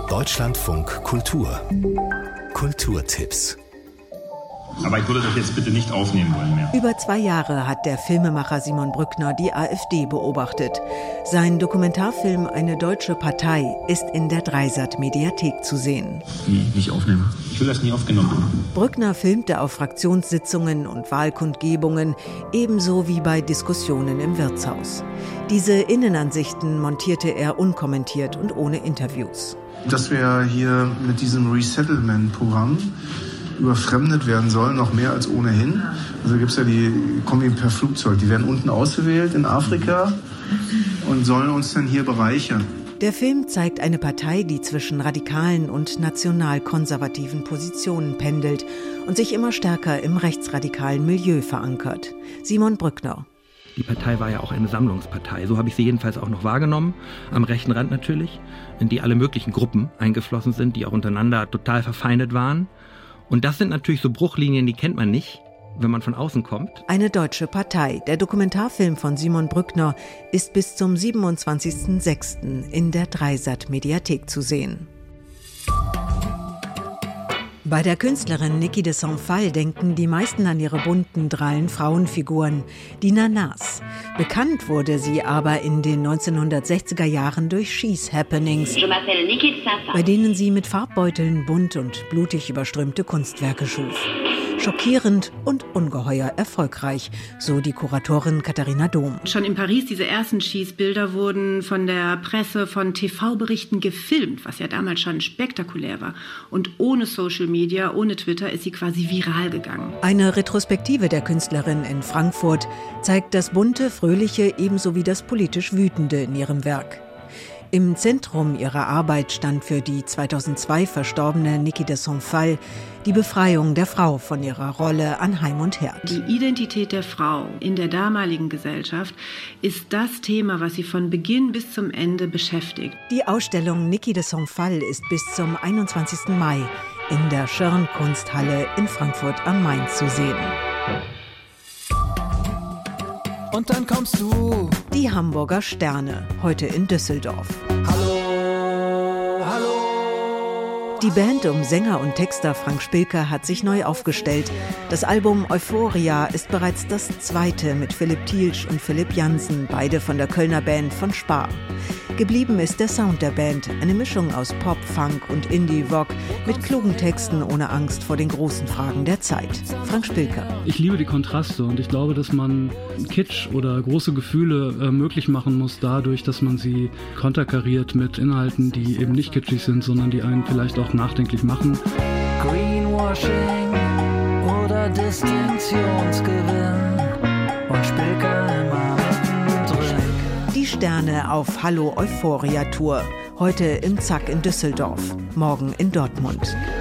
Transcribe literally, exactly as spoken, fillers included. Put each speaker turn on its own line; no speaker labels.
Deutschlandfunk Kultur. Kulturtipps.
Aber ich würde das jetzt bitte nicht aufnehmen wollen mehr.
Über zwei Jahre hat der Filmemacher Simon Brückner die AfD beobachtet. Sein Dokumentarfilm Eine deutsche Partei ist in der Dreisat-Mediathek zu sehen.
Nee, nicht aufnehmen. Ich will das nie aufgenommen haben.
Brückner filmte auf Fraktionssitzungen und Wahlkundgebungen, ebenso wie bei Diskussionen im Wirtshaus. Diese Innenansichten montierte er unkommentiert und ohne Interviews.
Dass wir hier mit diesem Resettlement-Programm überfremdet werden sollen, noch mehr als ohnehin. Also gibt es ja die, kommen per Flugzeug, die werden unten ausgewählt in Afrika und sollen uns dann hier bereichern.
Der Film zeigt eine Partei, die zwischen radikalen und national-konservativen Positionen pendelt und sich immer stärker im rechtsradikalen Milieu verankert. Simon Brückner.
Die Partei war ja auch eine Sammlungspartei, so habe ich sie jedenfalls auch noch wahrgenommen, am rechten Rand natürlich, in die alle möglichen Gruppen eingeflossen sind, die auch untereinander total verfeindet waren. Und das sind natürlich so Bruchlinien, die kennt man nicht, wenn man von außen kommt.
Eine deutsche Partei. Der Dokumentarfilm von Simon Brückner ist bis zum siebenundzwanzigsten sechsten in der Dreisat-Mediathek zu sehen. Bei der Künstlerin Niki de Saint-Phalle denken die meisten an ihre bunten, drallen Frauenfiguren, die Nanas. Bekannt wurde sie aber in den neunzehnhundertsechziger Jahren durch She's Happenings, bei denen sie mit Farbbeuteln bunt und blutig überströmte Kunstwerke schuf. Schockierend und ungeheuer erfolgreich, so die Kuratorin Katharina Dom.
Schon in Paris, diese ersten Schießbilder wurden von der Presse, von T V-Berichten gefilmt, was ja damals schon spektakulär war. Und ohne Social Media, ohne Twitter ist sie quasi viral gegangen.
Eine Retrospektive der Künstlerin in Frankfurt zeigt das bunte, fröhliche ebenso wie das politisch Wütende in ihrem Werk. Im Zentrum ihrer Arbeit stand für die zweitausendzwei verstorbene Niki de Saint-Phalle die Befreiung der Frau von ihrer Rolle an Heim und Herd.
Die Identität der Frau in der damaligen Gesellschaft ist das Thema, was sie von Beginn bis zum Ende beschäftigt.
Die Ausstellung Niki de Saint-Phalle ist bis zum einundzwanzigsten Mai in der Schirn-Kunsthalle in Frankfurt am Main zu sehen.
Und dann kommst du.
Die Hamburger Sterne, heute in Düsseldorf.
Hallo, hallo.
Die Band um Sänger und Texter Frank Spilker hat sich neu aufgestellt. Das Album Euphoria ist bereits das zweite mit Philipp Thielsch und Philipp Jansen, beide von der Kölner Band von Spar. Geblieben ist der Sound der Band, eine Mischung aus Pop, Funk und Indie-Rock mit klugen Texten ohne Angst vor den großen Fragen der Zeit. Frank Spilker.
Ich liebe die Kontraste und ich glaube, dass man Kitsch oder große Gefühle äh, möglich machen muss dadurch, dass man sie konterkariert mit Inhalten, die eben nicht kitschig sind, sondern die einen vielleicht auch nachdenklich machen.
Greenwashing oder Distinktionsgewinn und Spilker immer mittendrin.
Die Sterne auf Hallo Euphoria Tour. Heute im Zack in Düsseldorf, morgen in Dortmund.